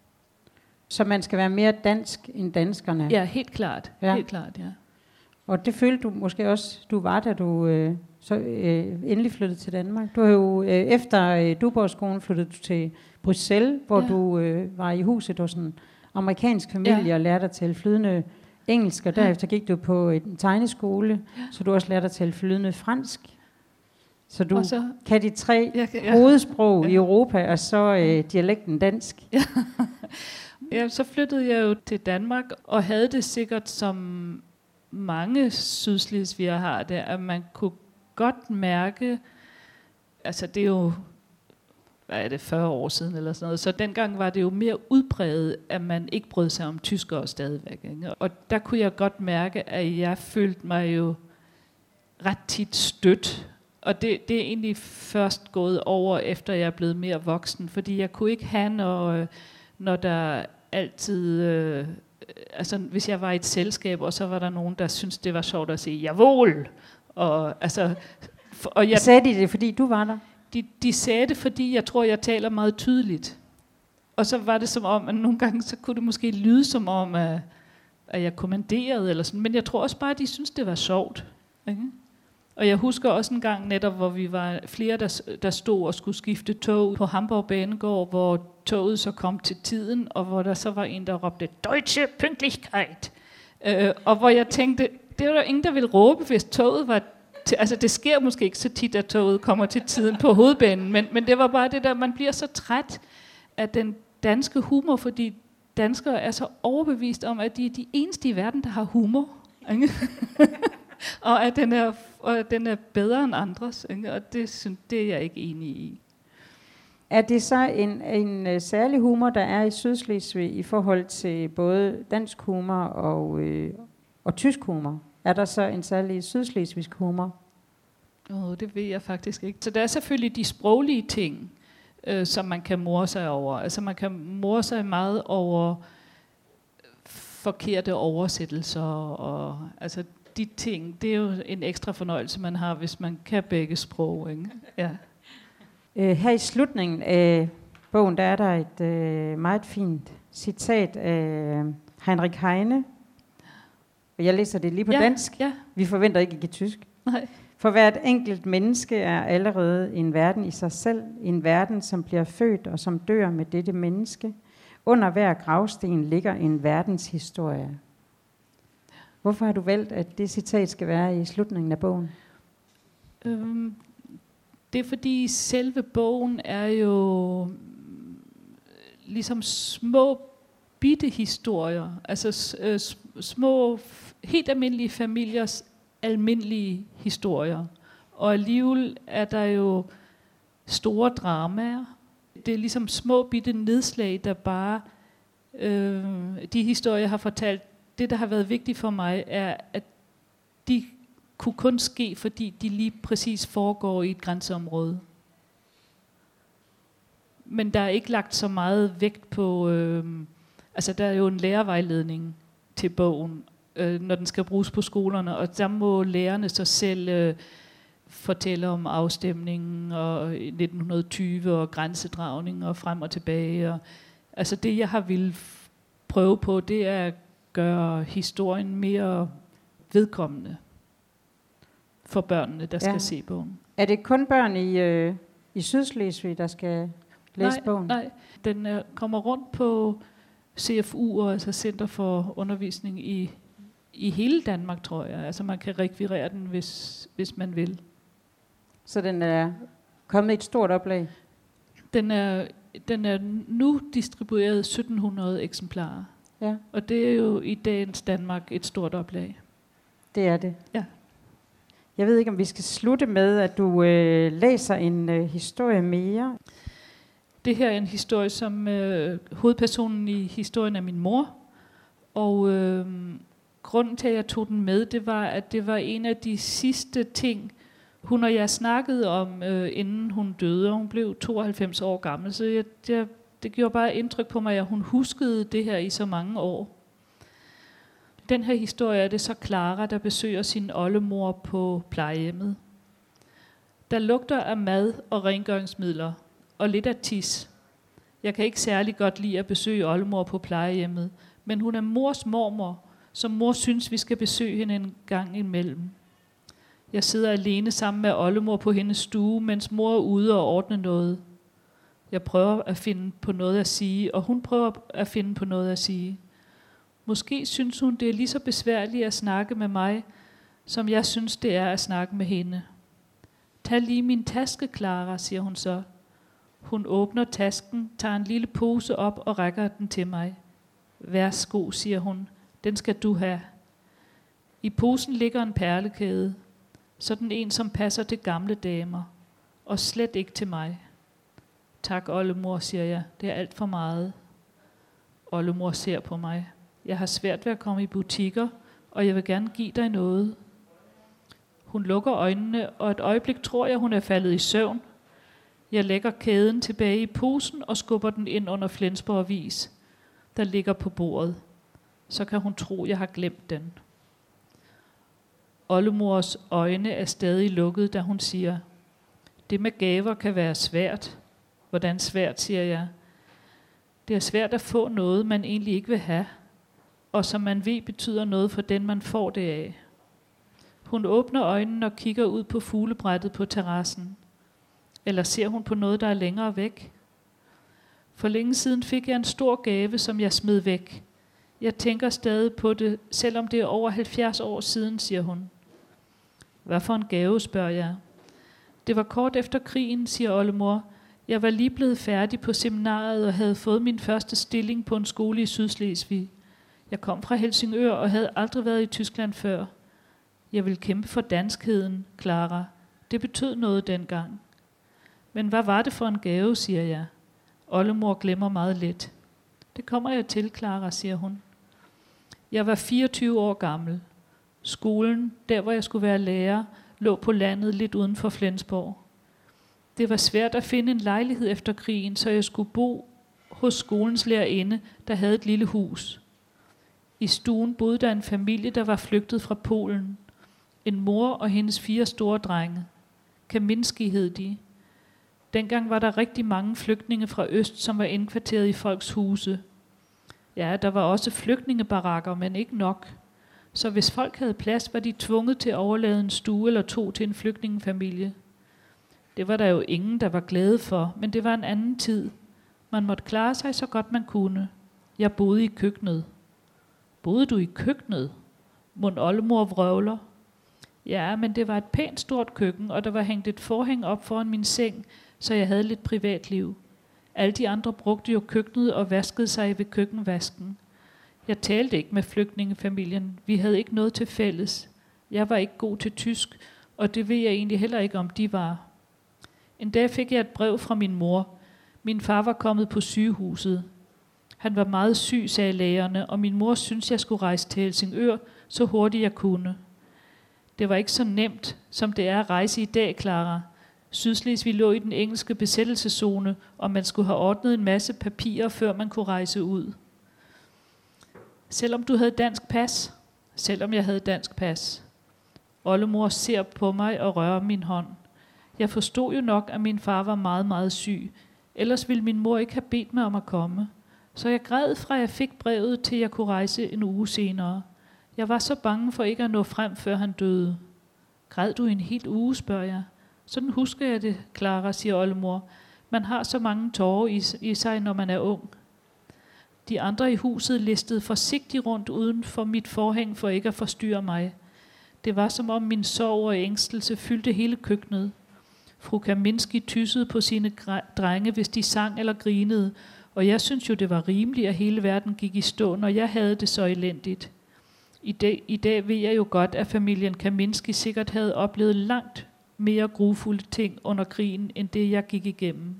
Så man skal være mere dansk end danskerne? Ja, helt klart. Ja. Helt klart, ja. Og det følte du måske også, du var, da du endelig flyttede til Danmark. Du har jo efter Duborgskolen flyttet til Bruxelles, hvor du var i huset hos en amerikansk familie og lærte at tale flydende engelsk, og derefter gik du på en tegneskole, så du også lærte at tale flydende fransk. Så du kan de 3 hovedsprog i Europa, og så dialekten dansk. Ja, så flyttede jeg jo til Danmark, og havde det sikkert som mange sydslesvigere har det, at man kunne godt mærke, altså det er jo, hvad er det, 40 år siden eller sådan noget, så dengang var det jo mere udbredt, at man ikke brød sig om tyskere stadigvæk. Ikke? Og der kunne jeg godt mærke, at jeg følte mig jo ret tit stødt. Og det er egentlig først gået over, efter jeg er blevet mere voksen, fordi jeg kunne ikke have, når der altid altså hvis jeg var i et selskab, og så var der nogen, der syntes, det var sjovt at sige, jawohl! Sagde de det, fordi du var der? De sagde det, fordi jeg tror, jeg taler meget tydeligt. Og så var det som om, at nogle gange, så kunne det måske lyde som om, at jeg kommanderede eller sådan. Men jeg tror også bare, at de synes det var sjovt. Ikke? Og jeg husker også en gang netop, hvor vi var flere, der stod og skulle skifte tog på Hamburg Banegård, hvor toget så kom til tiden, og hvor der så var en, der råbte, Deutsche Pünktlichkeit. Og hvor jeg tænkte, det var der ingen, der ville råbe, hvis toget var... Altså det sker måske ikke så tit, at toget kommer til tiden på hovedbanen, men det var bare det der, man bliver så træt af den danske humor, fordi danskere er så overbevist om, at de er de eneste i verden, der har humor. Ikke? Og at den er bedre end andres, ikke? Og det er jeg ikke enig i. Er det så en særlig humor, der er i Sydslesvig i forhold til både dansk humor og tysk humor? Er der så en særlig sydslesvigsk humor? Det ved jeg faktisk ikke. Så der er selvfølgelig de sproglige ting, som man kan more sig over. Altså man kan more sig meget over forkerte oversættelser. Og, altså de ting, det er jo en ekstra fornøjelse, man har, hvis man kan begge sprog. Ikke? Ja. Her i slutningen af bogen, der er der et meget fint citat af Heinrich Heine. Jeg læser det lige på dansk. Ja. Vi forventer ikke tysk. Nej. For hvert enkelt menneske er allerede en verden i sig selv. En verden, som bliver født og som dør med dette menneske. Under hver gravsten ligger en verdenshistorie. Hvorfor har du valgt, at det citat skal være i slutningen af bogen? Det er fordi selve bogen er jo ligesom små bitte historier. Altså små, helt almindelige familiers almindelige historier. Og alligevel er der jo store dramaer. Det er ligesom små bitte nedslag, der bare... de historier, jeg har fortalt, det der har været vigtigt for mig, er, at de kunne kun ske, fordi de lige præcis foregår i et grænseområde. Men der er ikke lagt så meget vægt på... altså der er jo en lærervejledning til bogen, når den skal bruges på skolerne, og der må lærerne så selv fortælle om afstemningen og 1920 og grænsedragning og frem og tilbage. Og, altså det jeg har ville prøve på, det er at gøre historien mere vedkommende for børnene, der skal se bogen. Er det kun børn i Sydslesvig, der skal læse bogen? Nej, den kommer rundt på CFU, altså Center for Undervisning i hele Danmark, tror jeg. Altså man kan rekvirere den, hvis man vil. Så den er kommet i et stort oplag? Den er nu distribueret 1700 eksemplarer. Ja. Og det er jo i dagens Danmark et stort oplag. Det er det. Ja. Jeg ved ikke, om vi skal slutte med, at du læser en historie mere. Det her er en historie, som hovedpersonen i historien er min mor. Og grunden til, at jeg tog den med, det var, at det var en af de sidste ting, hun og jeg snakkede om, inden hun døde. Hun blev 92 år gammel, så det gjorde bare indtryk på mig, at hun huskede det her i så mange år. Den her historie er det så Clara, der besøger sin oldemor på plejehjemmet. Der lugter af mad og rengøringsmidler, og lidt af tis. Jeg kan ikke særlig godt lide at besøge oldemor på plejehjemmet, men hun er mors mormor, så mor synes, vi skal besøge hende en gang imellem. Jeg sidder alene sammen med oldemor på hendes stue, mens mor er ude og ordne noget. Jeg prøver at finde på noget at sige, og hun prøver at finde på noget at sige. Måske synes hun, det er lige så besværligt at snakke med mig, som jeg synes, det er at snakke med hende. Tag lige min taske, Clara, siger hun så. Hun åbner tasken, tager en lille pose op og rækker den til mig. Værsgo, siger hun. Den skal du have. I posen ligger en perlekæde. Sådan en, som passer til gamle damer. Og slet ikke til mig. Tak, oldemor, siger jeg. Det er alt for meget. Oldemor ser på mig. Jeg har svært ved at komme i butikker, og jeg vil gerne give dig noget. Hun lukker øjnene, og et øjeblik tror jeg, hun er faldet i søvn. Jeg lægger kæden tilbage i posen og skubber den ind under Flensborg Avis, der ligger på bordet. Så kan hun tro, jeg har glemt den. Oldemors øjne er stadig lukket, da hun siger, det med gaver kan være svært. Hvordan svært, siger jeg. Det er svært at få noget, man egentlig ikke vil have, og som man ved betyder noget for den, man får det af. Hun åbner øjnene og kigger ud på fuglebrættet på terrassen. Eller ser hun på noget, der er længere væk? For længe siden fik jeg en stor gave, som jeg smed væk. Jeg tænker stadig på det, selvom det er over 70 år siden, siger hun. Hvad for en gave, spørger jeg. Det var kort efter krigen, siger oldemor. Jeg var lige blevet færdig på seminariet og havde fået min første stilling på en skole i Sydslesvig. Jeg kom fra Helsingør og havde aldrig været i Tyskland før. Jeg ville kæmpe for danskheden, Clara. Det betød noget dengang. Men hvad var det for en gave, siger jeg. Oldemor glemmer meget let. Det kommer jeg til, Clara, siger hun. Jeg var 24 år gammel. Skolen, der hvor jeg skulle være lærer, lå på landet lidt uden for Flensborg. Det var svært at finde en lejlighed efter krigen, så jeg skulle bo hos skolens lærerinde, der havde et lille hus. I stuen boede der en familie, der var flygtet fra Polen. En mor og hendes 4 store drenge. Kaminski hed de. Dengang var der rigtig mange flygtninge fra øst, som var indkvarteret i folks huse. Ja, der var også flygtningebarakker, men ikke nok. Så hvis folk havde plads, var de tvunget til at overlade en stue eller 2 til en flygtningefamilie. Det var der jo ingen, der var glade for, men det var en anden tid. Man måtte klare sig så godt man kunne. Jeg boede i køkkenet. Boede du i køkkenet? Mon oldemor vrøvler. Ja, men det var et pænt stort køkken, og der var hængt et forhæng op foran min seng, så jeg havde lidt privatliv. Alle de andre brugte jo køkkenet og vaskede sig ved køkkenvasken. Jeg talte ikke med flygtningefamilien. Vi havde ikke noget til fælles. Jeg var ikke god til tysk, og det ved jeg egentlig heller ikke, om de var. En dag fik jeg et brev fra min mor. Min far var kommet på sygehuset. Han var meget syg, sagde lægerne, og min mor syntes, jeg skulle rejse til Helsingør, så hurtigt jeg kunne. Det var ikke så nemt, som det er at rejse i dag, Clara. Sydslesvig lå i den engelske besættelseszone, og man skulle have ordnet en masse papirer, før man kunne rejse ud. Selvom du havde dansk pas? Selvom jeg havde dansk pas. Oldemor ser på mig og rører min hånd. Jeg forstod jo nok, at min far var meget, meget syg. Ellers ville min mor ikke have bedt mig om at komme. Så jeg græd fra jeg fik brevet, til jeg kunne rejse en uge senere. Jeg var så bange for ikke at nå frem, før han døde. Græd du en hel uge, spørger jeg. Sådan husker jeg det, Clara, siger oldemor. Man har så mange tårer i sig, når man er ung. De andre i huset listede forsigtigt rundt uden for mit forhæng for ikke at forstyrre mig. Det var som om min sorg og ængstelse fyldte hele køkkenet. Fru Kaminski tyssede på sine drenge, hvis de sang eller grinede, og jeg synes jo, det var rimeligt, at hele verden gik i stå, når jeg havde det så elendigt. I dag ved jeg jo godt, at familien Kaminski sikkert havde oplevet langt mere grufulde ting under krigen, end det jeg gik igennem.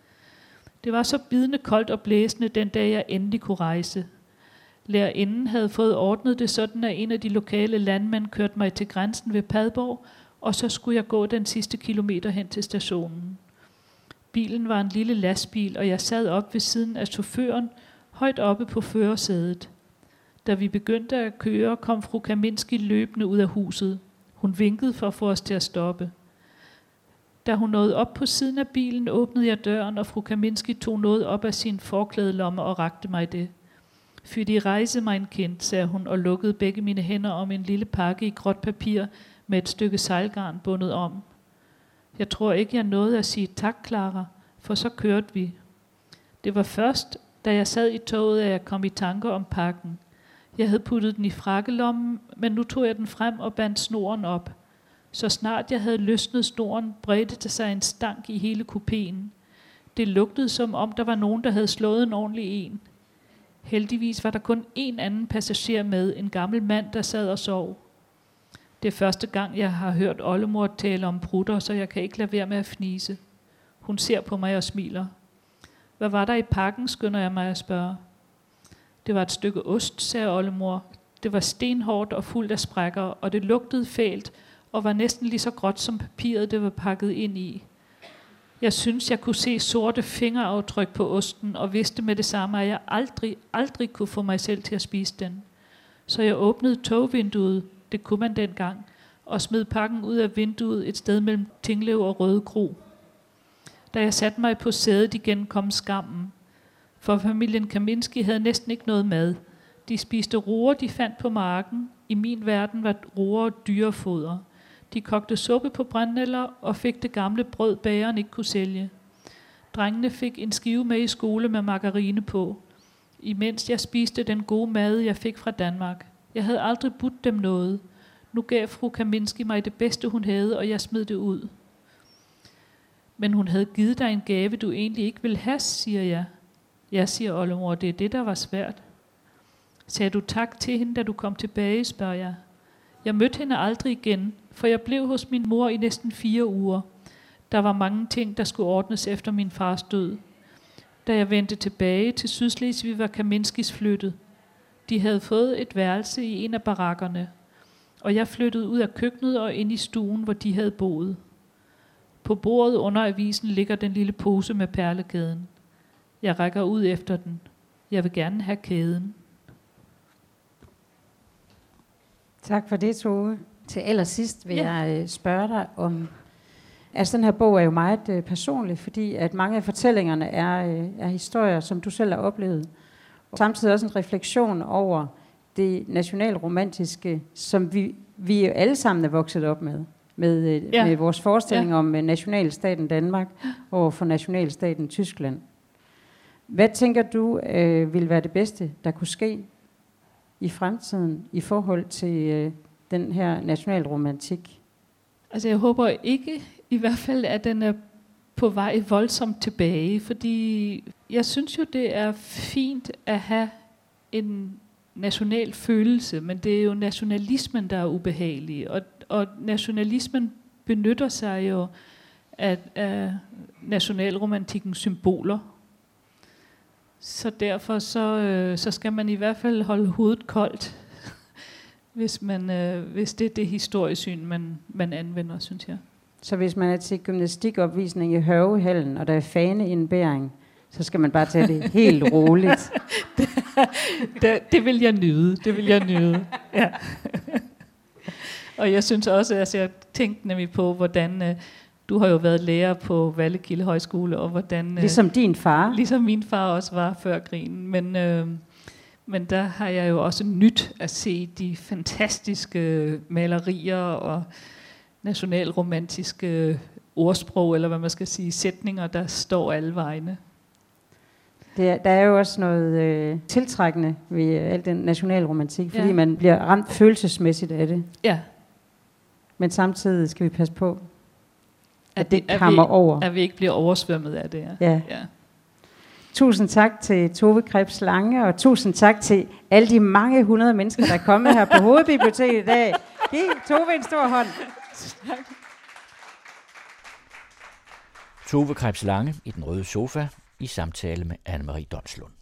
Det var så bidende koldt og blæsende den dag, jeg endelig kunne rejse. Lærerinden havde fået ordnet det sådan, at en af de lokale landmænd kørte mig til grænsen ved Padborg, og så skulle jeg gå den sidste kilometer hen til stationen. Bilen var en lille lastbil, og jeg sad op ved siden af chaufføren, højt oppe på førersædet. Da vi begyndte at køre, kom fru Kaminski løbende ud af huset. Hun vinkede for at få os til at stoppe. Da hun nåede op på siden af bilen, åbnede jeg døren, og fru Kaminski tog noget op af sin forklædelomme og rakte mig det. Für die Reise, mein Kind, sagde hun og lukkede begge mine hænder om en lille pakke i gråt papir med et stykke sejlgarn bundet om. Jeg tror ikke, jeg nåede at sige tak, Clara, for så kørte vi. Det var først, da jeg sad i toget, at jeg kom i tanker om pakken. Jeg havde puttet den i frakkelommen, men nu tog jeg den frem og bandt snoren op. Så snart jeg havde løsnet snoren, bredte der sig en stank i hele kupéen. Det lugtede som om, der var nogen, der havde slået en ordentlig en. Heldigvis var der kun en anden passager med, en gammel mand, der sad og sov. Det er første gang, jeg har hørt oldemor tale om prutter, så jeg kan ikke lade være med at fnise. Hun ser på mig og smiler. Hvad var der i pakken, skynder jeg mig at spørge. Det var et stykke ost, sagde oldemor. Det var stenhårdt og fuldt af sprækker, og det lugtede fælt, og var næsten lige så gråt som papiret, det var pakket ind i. Jeg synes, jeg kunne se sorte fingeraftryk på osten, og vidste med det samme, at jeg aldrig kunne få mig selv til at spise den. Så jeg åbnede togvinduet, det kunne man dengang, og smed pakken ud af vinduet et sted mellem Tinglev og Røde Kro. Da jeg satte mig på sædet igen, kom skammen. For familien Kaminski havde næsten ikke noget mad. De spiste roer, de fandt på marken. I min verden var roer dyrefoder. De kogte suppe på brændenælder og fik det gamle brød, bageren ikke kunne sælge. Drengene fik en skive med i skole med margarine på, imens jeg spiste den gode mad, jeg fik fra Danmark. Jeg havde aldrig budt dem noget. Nu gav fru Kaminski mig det bedste, hun havde, og jeg smed det ud. Men hun havde givet dig en gave, du egentlig ikke ville have, siger jeg. Jeg siger oldemor, det er det, der var svært. Sagde du tak til hende, da du kom tilbage, spørger jeg. Jeg mødte hende aldrig igen, for jeg blev hos min mor i næsten 4 uger. Der var mange ting, der skulle ordnes efter min fars død. Da jeg vendte tilbage til Sydslesvig, var Kaminskis flyttet. De havde fået et værelse i en af barakkerne, og jeg flyttede ud af køkkenet og ind i stuen, hvor de havde boet. På bordet under avisen ligger den lille pose med perlekæden. Jeg rækker ud efter den. Jeg vil gerne have kæden. Tak for det, Tove. Til allersidst vil jeg spørge dig om... Altså, den her bog er jo meget personlig, fordi at mange af fortællingerne er historier, som du selv har oplevet. Og samtidig også en refleksion over det nationalromantiske, som vi alle sammen er vokset op med vores forestilling om nationalstaten Danmark over for nationalstaten Tyskland. Hvad tænker du vil være det bedste, der kunne ske i fremtiden i forhold til den her nationalromantik? Altså jeg håber ikke i hvert fald, at den er på vej voldsomt tilbage, fordi jeg synes jo, det er fint at have en national følelse, men det er jo nationalismen, der er ubehagelig, og nationalismen benytter sig jo af nationalromantikkens symboler. Så derfor så skal man i hvert fald holde hovedet koldt, hvis det er det historiesyn, man anvender, synes jeg. Så hvis man er til gymnastikopvisning i Hørvehallen, og der er faneindbæring, så skal man bare tage det helt roligt. Det vil jeg nyde. Det vil jeg nyde. Ja. Og jeg synes også, at jeg tænkte nemlig på, hvordan du har jo været lærer på Vallekilde Højskole, og hvordan... Ligesom din far. Ligesom min far også var før krigen. Men der har jeg jo også nyt at se de fantastiske malerier og nationalromantiske ordsprog, eller hvad man skal sige, sætninger, der står alle vegne. Der er jo også noget tiltrækkende ved al den nationalromantik, fordi man bliver ramt følelsesmæssigt af det. Ja. Men samtidig skal vi passe på, at det kammer over. At vi ikke bliver oversvømmet af det. Ja. Tusind tak til Tove Krebs Lange, og tusind tak til alle de mange 100 mennesker, der er kommet her på Hovedbiblioteket i dag. Giv Tove en stor hånd. Tove Krebs Lange i Den Røde Sofa i samtale med Anne-Marie Donslund.